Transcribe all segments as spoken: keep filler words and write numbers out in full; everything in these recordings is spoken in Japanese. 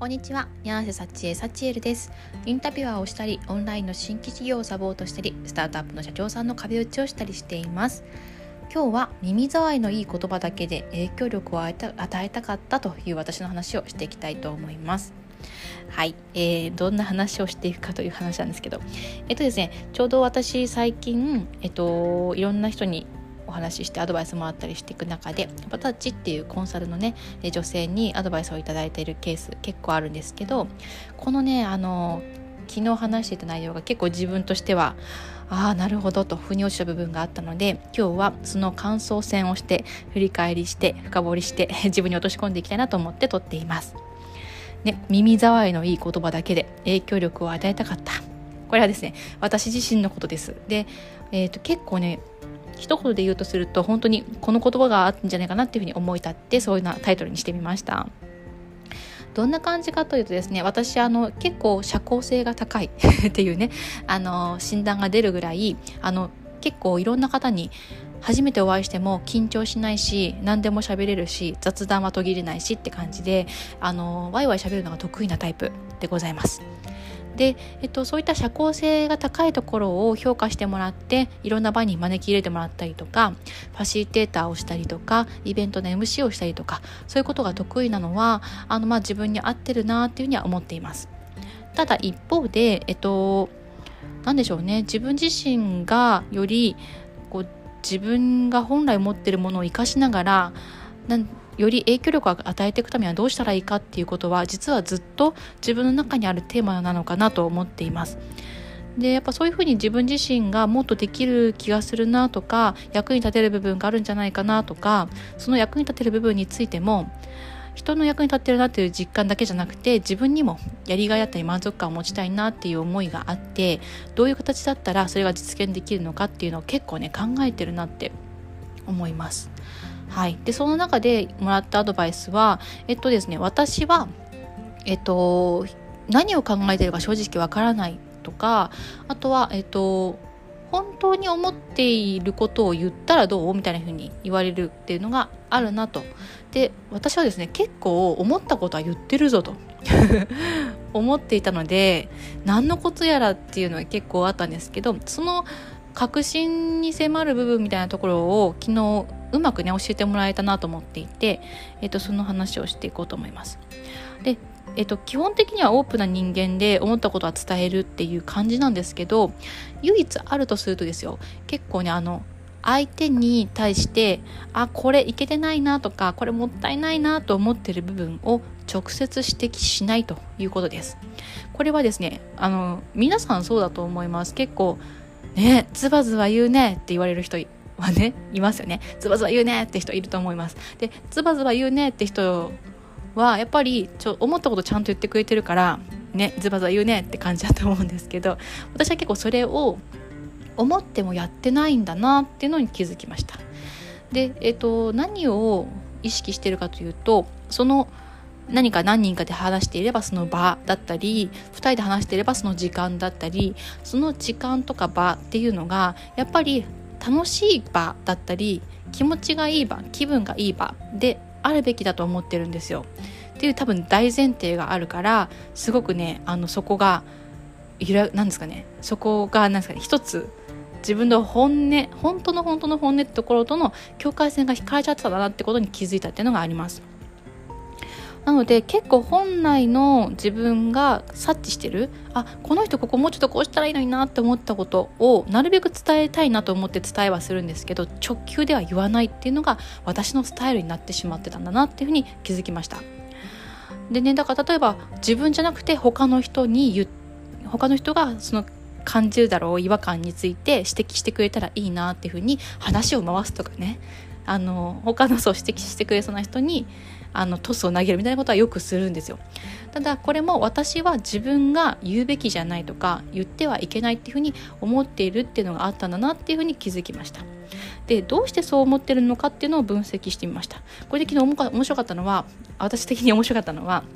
こんにちは、柳瀬幸恵サチエルです。インタビュアーをしたり、オンラインの新規事業をサポートしたり、スタートアップの社長さんの壁打ちをしたりしています。今日は耳障りのいい言葉だけで影響力を与えたかったという私の話をしていきたいと思います。はい、えー、どんな話をしていくかという話なんですけど、えっとですね、ちょうど私最近、えっと、いろんな人にお話ししてアドバイスもらったりしていく中で、パタッチっていうコンサルのね女性にアドバイスをいただいているケース結構あるんですけど、このねあの昨日話していた内容が結構自分としてはああなるほどと腑に落ちた部分があったので、今日はその感想戦をして振り返りして深掘りして自分に落とし込んでいきたいなと思って撮っていますね。耳障りのいい言葉だけで影響力を与えたかった。これはですね、私自身のことです。で、えーと、結構ね一言で言うとすると、本当にこの言葉があったんじゃないかなっていうふうに思い立って、そういうようなタイトルにしてみました。どんな感じかというとですね、私あの結構社交性が高いっていうねあの診断が出るぐらい、あの結構いろんな方に初めてお会いしても緊張しないし、何でも喋れるし、雑談は途切れないしって感じで、あのワイワイ喋るのが得意なタイプでございます。で、えっと、そういった社交性が高いところを評価してもらって、いろんな場に招き入れてもらったりとか、ファシリテーターをしたりとか、イベントの エムシー をしたりとか、そういうことが得意なのはあの、まあ、自分に合ってるなっていうふうには思っています。ただ一方で、えっと、なんでしょうね、自分自身がよりこう自分が本来持っているものを生かしながら、なんより影響力を与えていくためにはどうしたらいいかっていうことは、実はずっと自分の中にあるテーマなのかなと思っています。で、やっぱそういうふうに自分自身がもっとできる気がするなとか、役に立てる部分があるんじゃないかなとか、その役に立てる部分についても人の役に立ってるなっていう実感だけじゃなくて、自分にもやりがいだったり満足感を持ちたいなっていう思いがあって、どういう形だったらそれが実現できるのかっていうのを結構ね考えてるなって思います。はい、でその中でもらったアドバイスは、えっとですね、私は、えっと、何を考えているか正直わからないとか、あとは、えっと、本当に思っていることを言ったらどうみたいな風に言われるっていうのがあるなと。で、私はですね、結構思ったことは言ってるぞと思っていたので、何のことやらっていうのは結構あったんですけど、その確信に迫る部分みたいなところを昨日うまくね教えてもらえたなと思っていて、えっと、その話をしていこうと思います。で、えっと、基本的にはオープンな人間で思ったことは伝えるっていう感じなんですけど、唯一あるとするとですよ、結構ねあの相手に対してあこれいけてないなとか、これもったいないなと思っている部分を直接指摘しないということです。これはですね、あの皆さんそうだと思います。結構ね、ズバズバ言うねって言われる人はねいますよね。ズバズバ言うねって人いると思います。で、ズバズバ言うねって人はやっぱりちょ思ったことちゃんと言ってくれてるからね、ズバズバ言うねって感じだと思うんですけど、私は結構それを思ってもやってないんだなっていうのに気づきました。で、えっと、何を意識しているかというと、その何か何人かで話していればその場だったり、ふたりで話していればその時間だったり、その時間とか場っていうのがやっぱり楽しい場だったり、気持ちがいい場、気分がいい場であるべきだと思ってるんですよっていう多分大前提があるから、すごくねあのそこがなんですかねそこがなんですかね一つ自分の本音、本当の本当の本音ってところとの境界線が引かれちゃってたんだなってことに気づいたっていうのがあります。なので結構本来の自分が察知してる、あこの人ここもうちょっとこうしたらいいのになって思ったことをなるべく伝えたいなと思って伝えはするんですけど、直球では言わないっていうのが私のスタイルになってしまってたんだなっていうふうに気づきました。でね、だから例えば自分じゃなくて他の人に言他の人がその感じるだろう違和感について指摘してくれたらいいなっていうふうに話を回すとかね、あの他のそう指摘してくれそうな人にあのトスを投げるみたいなことはよくするんですよ。ただこれも私は自分が言うべきじゃないとか言ってはいけないっていうふうに思っているっていうのがあったんだなっていうふうに気づきました。で、どうしてそう思ってるのかっていうのを分析してみました。これで昨日面白かったのは、私的に面白かったのは、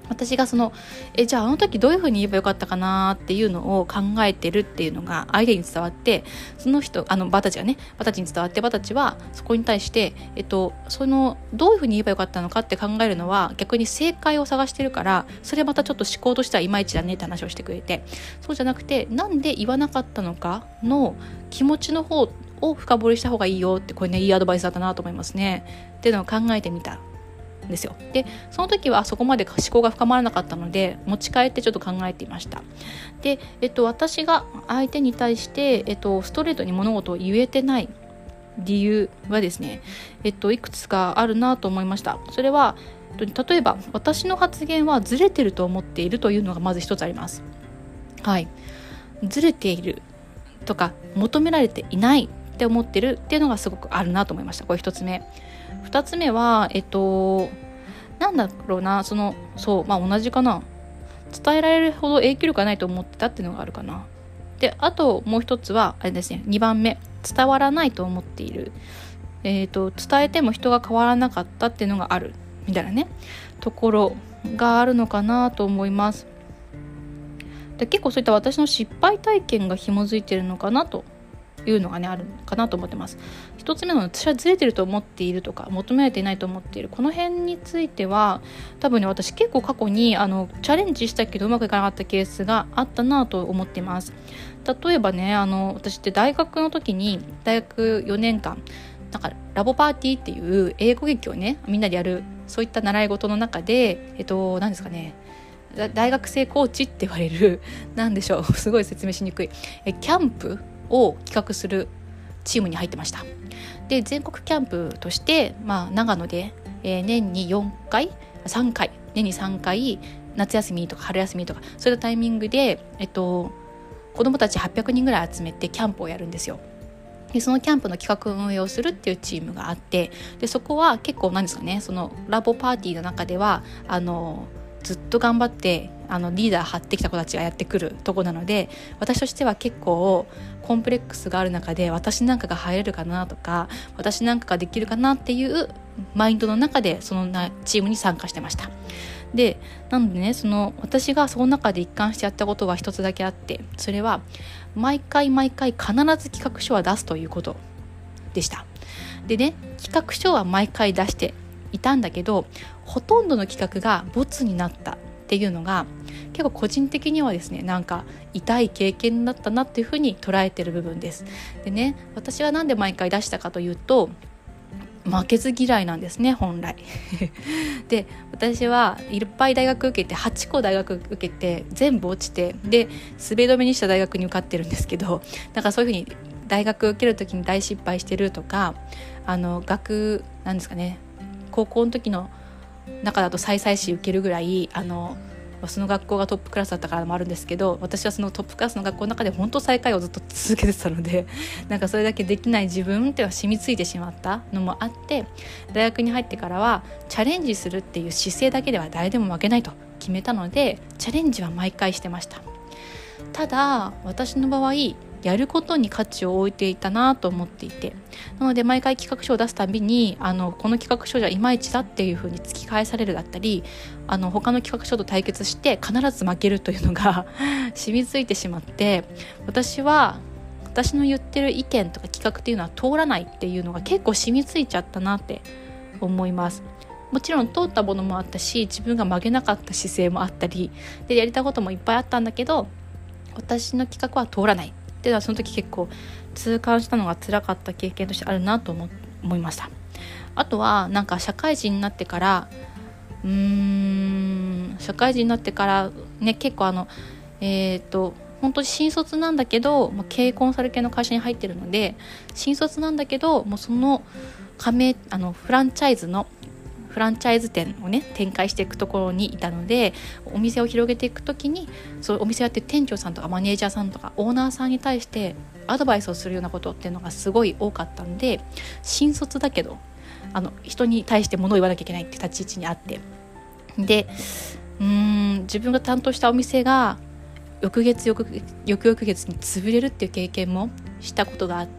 私がそのえじゃああの時どういうふうに言えばよかったかなっていうのを考えてるっていうのが相手に伝わって、その人あのバタチがねバタチに伝わって、バタチはそこに対して、えっと、そのどういうふうに言えばよかったのかって考えるのは逆に正解を探してるから、それまたちょっと思考としてはいまいちだねって話をしてくれて、そうじゃなくてなんで言わなかったのかの気持ちの方を深掘りした方がいいよって、これねいいアドバイスだったなと思いますねっていうのを考えてみたですよ。でその時はそこまで思考が深まらなかったので持ち帰ってちょっと考えていました。で、えっと、私が相手に対して、えっと、ストレートに物事を言えてない理由はですね、えっと、いくつかあるなと思いました。それは例えば私の発言はずれてると思っているというのがまず一つあります。はい、ずれているとか求められていないって思ってるっていうのがすごくあるなと思いました。これ一つ目。二つ目はえっとなんだろうなそのそうまあ同じかな、伝えられるほど影響力がないと思ってたっていうのがあるかな。であともう一つはあれですね、にばんめ伝わらないと思っている、えーと伝えても人が変わらなかったっていうのがあるみたいなねところがあるのかなと思います。で結構そういった私の失敗体験が紐づいてるのかなというのがねあるかなと思ってます。一つ目の私はずれてると思っているとか求められていないと思っている、この辺については多分ね私結構過去にあのチャレンジしたけどうまくいかなかったケースがあったなと思っています。例えばねあの私って大学の時に大学よねんかんなんかラボパーティーっていう英語劇をねみんなでやるそういった習い事の中でえっと何ですかね大学生コーチって言われるなんでしょうすごい説明しにくいえキャンプを企画するチームに入ってました。で全国キャンプとして、まあ、長野で、えー、年によんかいさんかい年にさんかい夏休みとか春休みとかそういったタイミングで、えっと、子どもたちはっぴゃくにんぐらい集めてキャンプをやるんですよ。でそのキャンプの企画運営をするっていうチームがあって、でそこは結構何ですかねそのラボパーティーの中ではあのずっと頑張ってあのリーダー張ってきた子たちがやってくるとこなので、私としては結構コンプレックスがある中で私なんかが入れるかなとか私なんかができるかなっていうマインドの中でそのチームに参加してました。でなのでねその私がその中で一貫してやったことは一つだけあって、それは毎回毎回必ず企画書は出すということでした。でね企画書は毎回出していたんだけどほとんどの企画がボツになったっていうのが結構個人的にはですねなんか痛い経験だったなっていうふうに捉えてる部分です。でね私はなんで毎回出したかというと負けず嫌いなんですね本来で私はいっぱい大学受けてはちこ大学受けて全部落ちてで滑り止めにした大学に受かってるんですけど、なんかそういうふうに大学受けるときに大失敗してるとかあの学なんですかね高校の時の中だと再々試受けるぐらいあのその学校がトップクラスだったからもあるんですけど、私はそのトップクラスの学校の中で本当最下位をずっと続けてたのでなんかそれだけできない自分っていうのは染みついてしまったのもあって、大学に入ってからはチャレンジするっていう姿勢だけでは誰でも負けないと決めたのでチャレンジは毎回してました。ただ私の場合やることに価値を置いていたなと思っていて、なので毎回企画書を出すたびにあのこの企画書じゃいまいちだっていう風に突き返されるだったり、あの他の企画書と対決して必ず負けるというのが染みついてしまって、私は私の言ってる意見とか企画っていうのは通らないっていうのが結構染みついちゃったなって思います。もちろん通ったものもあったし自分が曲げなかった姿勢もあったりでやりたいこともいっぱいあったんだけど私の企画は通らないっていうのはその時結構痛感したのが辛かった経験としてあるなと思いました。あとはなんか社会人になってからうーん社会人になってからね結構あのえっと本当に新卒なんだけどもう経営コンサル系の会社に入ってるので新卒なんだけどもうその加盟あのフランチャイズのフランチャイズ店をね展開していくところにいたので、お店を広げていくときにそうお店やってる店長さんとかマネージャーさんとかオーナーさんに対してアドバイスをするようなことっていうのがすごい多かったんで、新卒だけどあの人に対して物を言わなきゃいけないって立ち位置にあって、でうーん自分が担当したお店が翌月翌翌々月に潰れるっていう経験もしたことがあって、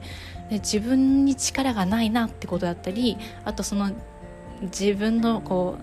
で自分に力がないなってことだったり、あとその自分のこう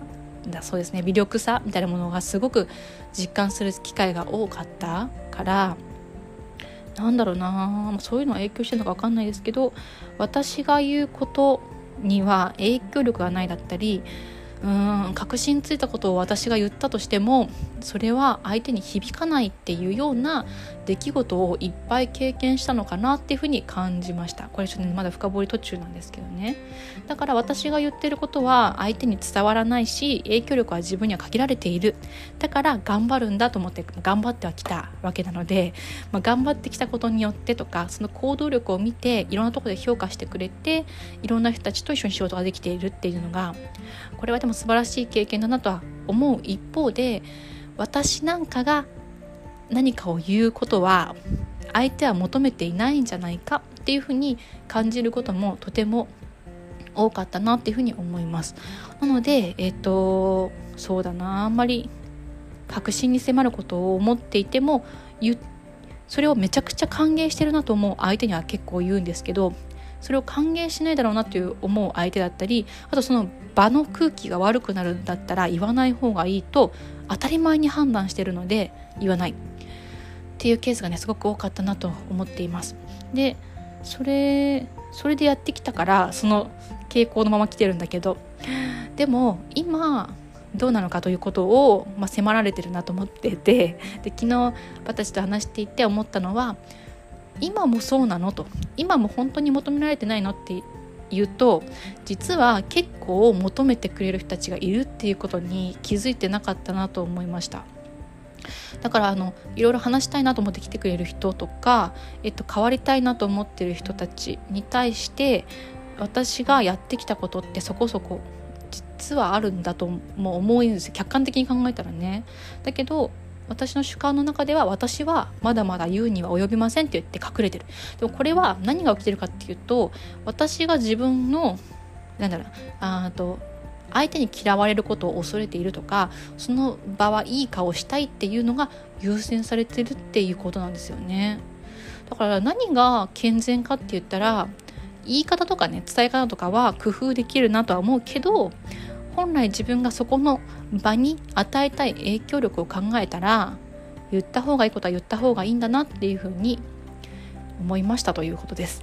だそうですね、微力さみたいなものがすごく実感する機会が多かったから、なんだろうな、そういうのは影響してるのか分かんないですけど、私が言うことには影響力がないだったり、うーん確信ついたことを私が言ったとしてもそれは相手に響かないっていうような出来事をいっぱい経験したのかなっていうふうに感じました。これちょっと、ね、まだ深掘り途中なんですけどね。だから私が言ってることは相手に伝わらないし、影響力は自分には限られている。だから頑張るんだと思って頑張ってはきたわけなので、まあ、頑張ってきたことによってとか、その行動力を見ていろんなところで評価してくれて、いろんな人たちと一緒に仕事ができているっていうのが、これはでも素晴らしい経験だなとは思う一方で、私なんかが何かを言うことは相手は求めていないんじゃないかっていうふうに感じることもとても多かったなっていうふうに思います。なのでえっとそうだな、あんまり確信に迫ることを思っていても言それをめちゃくちゃ歓迎してるなと思う相手には結構言うんですけど、それを歓迎しないだろうなという思う相手だったり、あとその場の空気が悪くなるんだったら言わない方がいいと当たり前に判断しているので言わないっていうケースがねすごく多かったなと思っています。でそれそれでやってきたからその傾向のまま来てるんだけど、でも今どうなのかということを、まあ、迫られてるなと思っていて、で昨日私と話していて思ったのは、今もそうなのと、今も本当に求められてないのって言うと、実は結構求めてくれる人たちがいるっていうことに気づいてなかったなと思いました。だからあのいろいろ話したいなと思って来てくれる人とか、えっと、変わりたいなと思ってる人たちに対して私がやってきたことってそこそこ実はあるんだとも思うんですよ、客観的に考えたらね。だけど私の主観の中では私はまだまだ言うには及びませんって言って隠れてる。でもこれは何が起きてるかっていうと、私が自分のなんだろうあと相手に嫌われることを恐れているとか、その場はいい顔したいっていうのが優先されてるっていうことなんですよね。だから何が健全かって言ったら、言い方とかね伝え方とかは工夫できるなとは思うけど、本来自分がそこの場に与えたい影響力を考えたら言った方がいいことは言った方がいいんだなっていうふうに思いましたということです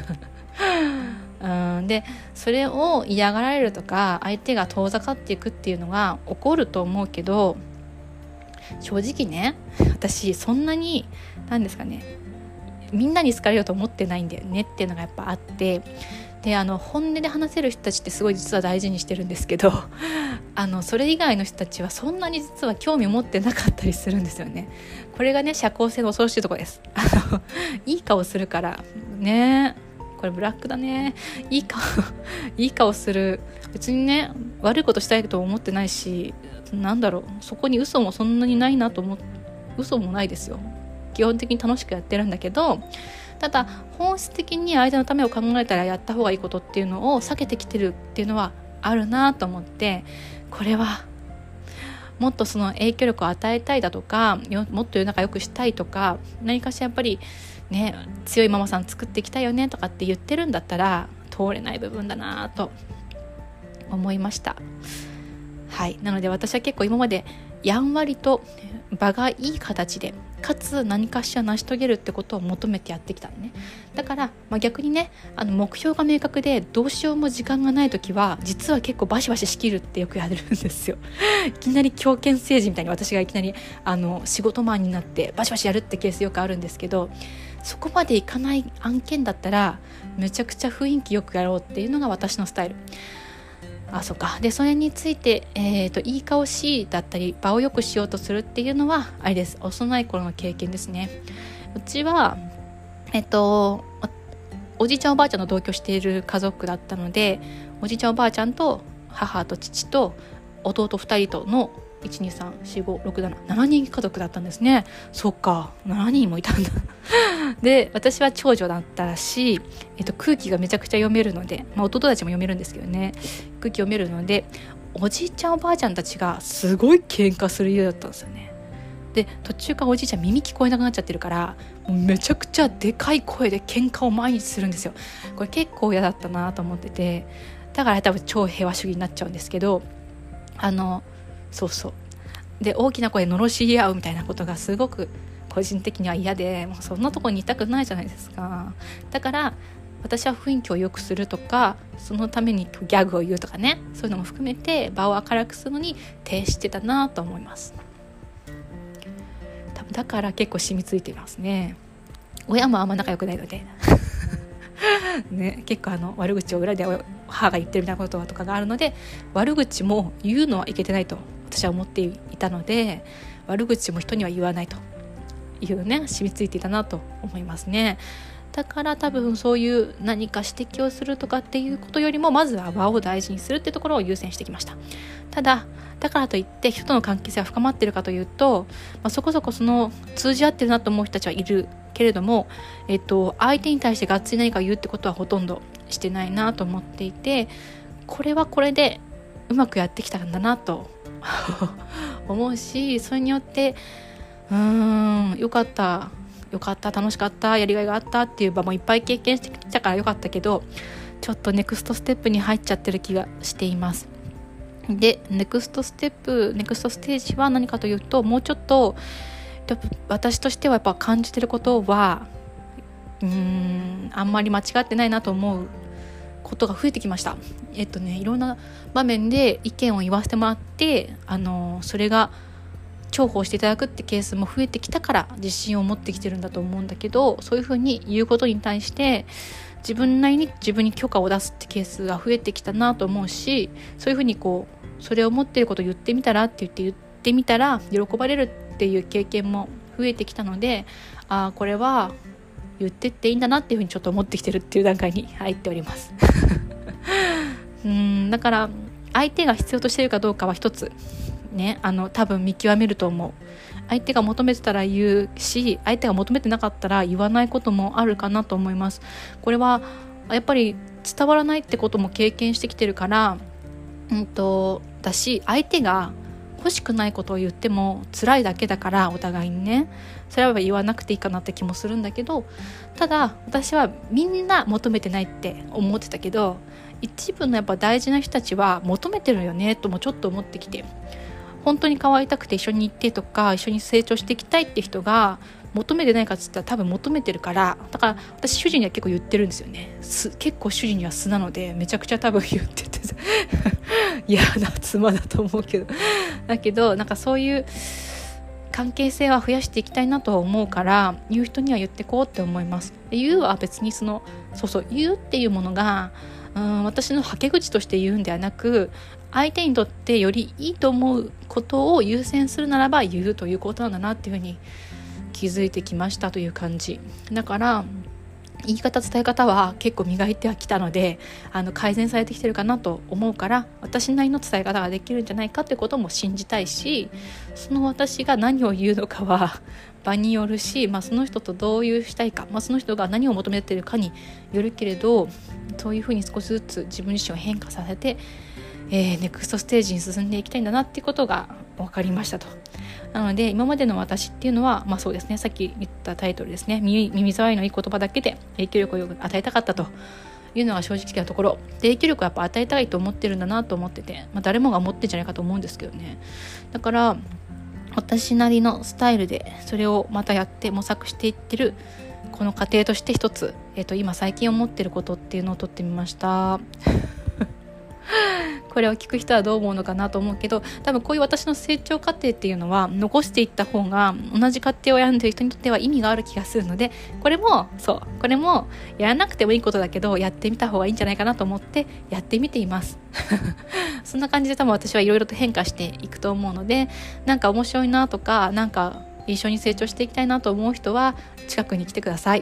うんでそれを嫌がられるとか相手が遠ざかっていくっていうのが起こると思うけど、正直ね私そんなに何ですかねみんなに好かれようと思ってないんだよねっていうのがやっぱあって、であの本音で話せる人たちってすごい実は大事にしてるんですけどあのそれ以外の人たちはそんなに実は興味を持ってなかったりするんですよね。これがね社交性の恐ろしいところです。あのいい顔するからね、これブラックだね。いい顔いい顔する、別にね悪いことしたいと思ってないし、なんだろうそこに嘘もそんなにないなと思って、嘘もないですよ。基本的に楽しくやってるんだけど、ただ本質的に相手のためを考えたらやった方がいいことっていうのを避けてきてるっていうのはあるなと思って、これはもっとその影響力を与えたいだとか、もっと世の中良くしたいとか、何かしらやっぱりね強いママさん作っていきたいよねとかって言ってるんだったら通れない部分だなと思いました。はい、なので私は結構今までやんわりと場がいい形でかつ何かしら成し遂げるってことを求めてやってきたのね。だから、まあ、逆にねあの目標が明確でどうしようも時間がない時は実は結構バシバシ仕切るってよくやるんですよいきなり強権政治みたいに私がいきなりあの仕事マンになってバシバシやるってケースよくあるんですけど、そこまでいかない案件だったらめちゃくちゃ雰囲気よくやろうっていうのが私のスタイル。あ、そうか。でそれについて、えーと、いい顔しだったり場を良くしようとするっていうのはあれです。幼い頃の経験ですね。うちはえっとおじいちゃんおばあちゃんの同居している家族だったので、おじいちゃんおばあちゃんと母と父と弟ふたりとのいち、に、さん、よん、ご、ろく、なな、ななにん家族だったんですね。そっか、ななにんもいたんだで私は長女だったし、えっと、空気がめちゃくちゃ読めるので、まあ、弟たちも読めるんですけどね、空気読めるのでおじいちゃんおばあちゃんたちがすごい喧嘩する家だったんですよね。で途中からおじいちゃん耳聞こえなくなっちゃってるから、もうめちゃくちゃでかい声で喧嘩を毎日するんですよ。これ結構嫌だったなと思ってて、だから多分超平和主義になっちゃうんですけど、 あのそうそうで大きな声で罵り合うみたいなことがすごく個人的には嫌で、もうそんなとこにいたくないじゃないですか。だから私は雰囲気を良くするとか、そのためにギャグを言うとかね、そういうのも含めて場を明るくするのに徹してたなと思います。多分だから結構染みついていますね。親もあんま仲良くないのでね、結構あの悪口を裏で母が言ってるみたいなこととかがあるので、悪口も言うのはいけてないと私は思っていたので、悪口も人には言わないというね、染みついていたなと思いますね。だから多分そういう何か指摘をするとかっていうことよりも、まずは場を大事にするっていうところを優先してきました。ただだからといって人との関係性は深まっているかというと、まあ、そこそこその通じ合ってるなと思う人たちはいるけれども、えっと、相手に対してがっつり何か言うってことはほとんどしてないなと思っていて、これはこれでうまくやってきたんだなと思うし、それによってうーんよかったよかった楽しかったやりがいがあったっていう場もいっぱい経験してきたからよかったけど、ちょっとネクストステップに入っちゃってる気がしています。でネクストステップネクストステージは何かというと、もうちょっと私としてはやっぱ感じてることはうーんあんまり間違ってないなと思うことが増えてきました。えっとねいろんな場面で意見を言わせてもらって、あのそれが重宝していただくってケースも増えてきたから自信を持ってきてるんだと思うんだけど、そういうふうに言うことに対して自分なりに自分に許可を出すってケースが増えてきたなと思うし、そういうふうにこうそれを持っていることを言ってみたらって言って言ってみたら喜ばれるっていう経験も増えてきたので、あこれは言ってっていいんだなっていうふうにちょっと思ってきてるっていう段階に入っておりますうんだから相手が必要としているかどうかは一つね、あの多分見極めると思う。相手が求めてたら言うし、相手が求めてなかったら言わないこともあるかなと思います。これはやっぱり伝わらないってことも経験してきてるから、うんとだし相手が欲しくないことを言っても辛いだけだから、お互いにねそれは言わなくていいかなって気もするんだけど、ただ私はみんな求めてないって思ってたけど、一部のやっぱ大事な人たちは求めてるよねともちょっと思ってきて、本当に変わりたくて一緒に行ってとか一緒に成長していきたいって人が求めてないかっつったら多分求めてるから、だから私主人には結構言ってるんですよね。す結構主人には素なのでめちゃくちゃ多分言ってて嫌な妻だと思うけどだけどなんかそういう関係性は増やしていきたいなとは思うから、言う人には言ってこうって思います。で言うは別にそのそうそう言うっていうものがうん私のはけ口として言うんではなく、相手にとってよりいいと思うことを優先するならば言うということなんだなっていうふうに気づいてきましたという感じだから、言い方伝え方は結構磨いてはきたので、あの改善されてきてるかなと思うから、私なりの伝え方ができるんじゃないかってことも信じたいし、その私が何を言うのかは場によるし、まあ、その人とどういうしたいか、まあ、その人が何を求めているかによるけれど、そういうふうに少しずつ自分自身を変化させて、えー、ネクストステージに進んでいきたいんだなっていうことが分かりましたと。なので今までの私っていうのは、まあそうですね、さっき言ったタイトルですね、耳、耳障りのいい言葉だけで影響力を与えたかったというのが正直なところで、影響力をやっぱ与えたいと思ってるんだなと思ってて、まあ、誰もが思ってるんじゃないかと思うんですけどね。だから私なりのスタイルでそれをまたやって模索していってるこの過程として一つ、えーと、今最近思ってることっていうのを取ってみましたこれを聞く人はどう思うのかなと思うけど、多分こういう私の成長過程っていうのは残していった方が同じ過程を選んでいる人にとっては意味がある気がするので、これもそうこれもやらなくてもいいことだけどやってみた方がいいんじゃないかなと思ってやってみていますそんな感じで多分私はいろいろと変化していくと思うので、なんか面白いなとか、なんか一緒に成長していきたいなと思う人は近くに来てください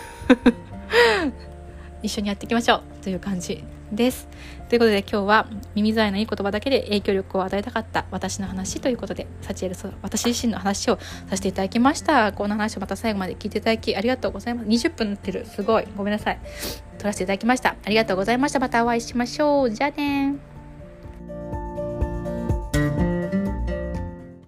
一緒にやっていきましょうという感じです。ということで今日は耳障りのいい言葉だけで影響力を与えたかった私の話ということで、サチエル私自身の話をさせていただきました。この話をまた最後まで聞いていただきありがとうございます。にじゅっぷんなってる、すごいごめんなさい、撮らせていただきました。ありがとうございました。またお会いしましょう。じゃあね。